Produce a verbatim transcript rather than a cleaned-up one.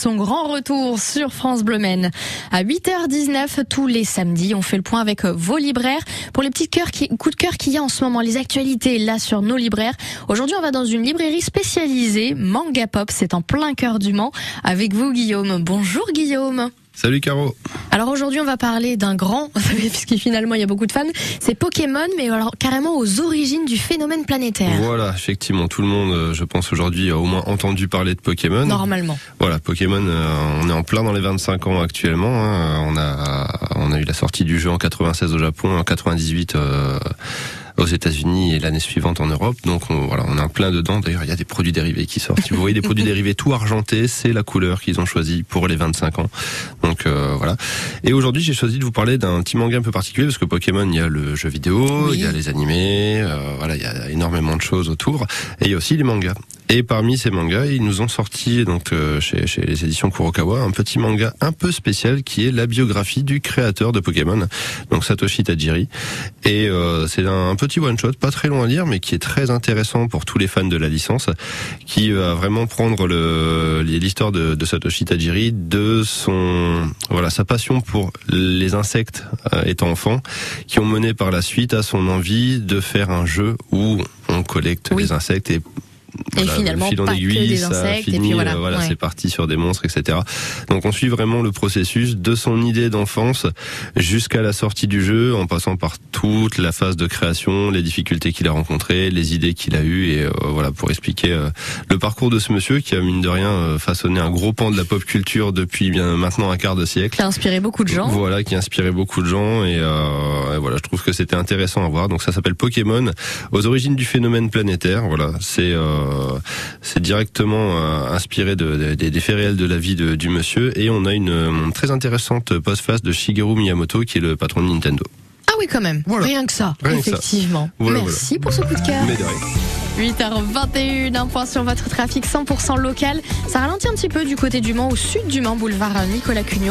son grand retour sur France Bleu Maine. À huit heures dix-neuf, tous les samedis, on fait le point avec vos libraires pour les petits cœurs qui, coups de cœur qu'il y a en ce moment, les actualités là sur nos libraires. Aujourd'hui, on va dans une librairie spécialisée, Manga Pop, c'est en plein cœur du Mans. Avec vous, Guillaume. Bonjour, Guillaume. Salut Caro. Alors aujourd'hui on va parler d'un grand, puisque finalement il y a beaucoup de fans, c'est Pokémon, mais alors carrément aux origines du phénomène planétaire. Voilà, effectivement, tout le monde, je pense aujourd'hui, a au moins entendu parler de Pokémon. Normalement. Voilà, Pokémon, on est en plein dans les vingt-cinq ans actuellement. Hein. On a, on a eu la sortie du jeu en quatre-vingt-seize au Japon, en quatre-vingt-dix-huit euh, aux États-Unis et l'année suivante en Europe. Donc on, voilà, on est en plein dedans. D'ailleurs, il y a des produits dérivés qui sortent. Si vous voyez des produits dérivés tout argentés, c'est la couleur qu'ils ont choisi pour les vingt-cinq ans. Donc euh, voilà. Et aujourd'hui, j'ai choisi de vous parler d'un petit manga un peu particulier parce que Pokémon, il y a le jeu vidéo, oui. il y a les animés, euh, voilà, il y a énormément de choses autour. Et il y a aussi les mangas. Et parmi ces mangas, ils nous ont sorti donc euh, chez, chez les éditions Kurokawa un petit manga un peu spécial qui est la biographie du créateur de Pokémon, donc Satoshi Tajiri. Et euh, c'est un, un petit one shot, pas très long à lire, mais qui est très intéressant pour tous les fans de la licence, qui va vraiment prendre le, l'histoire de, de Satoshi Tajiri, de son voilà sa passion pour les insectes euh, étant enfant, qui ont mené par la suite à son envie de faire un jeu où on collecte oui. les insectes et Voilà, et finalement, fil en pas aiguille, que des ça insectes, finit, et puis voilà, euh, voilà ouais. c'est parti sur des monstres, et cetera. Donc on suit vraiment le processus de son idée d'enfance jusqu'à la sortie du jeu, en passant par toute la phase de création, les difficultés qu'il a rencontrées, les idées qu'il a eues, et euh, voilà, pour expliquer euh, le parcours de ce monsieur qui a mine de rien euh, façonné un gros pan de la pop culture depuis bien maintenant un quart de siècle. Qui a inspiré beaucoup de gens. Voilà, qui a inspiré beaucoup de gens, et, euh, et voilà, je trouve que c'était intéressant à voir. Donc ça s'appelle Pokémon, aux origines du phénomène planétaire. Voilà, c'est euh, c'est directement euh, inspiré de, de, des faits réels de la vie de, du monsieur, et on a une euh, très intéressante postface de Shigeru Miyamoto qui est le patron de Nintendo. Ah oui, quand même. Voilà. Rien que ça, Rien effectivement. Que ça. Voilà, Merci voilà. pour ce coup de cœur. Mais de rien. huit heures vingt et un, un point sur votre trafic cent pour cent local. Ça ralentit un petit peu du côté du Mans, au sud du Mans, boulevard Nicolas Cugnot.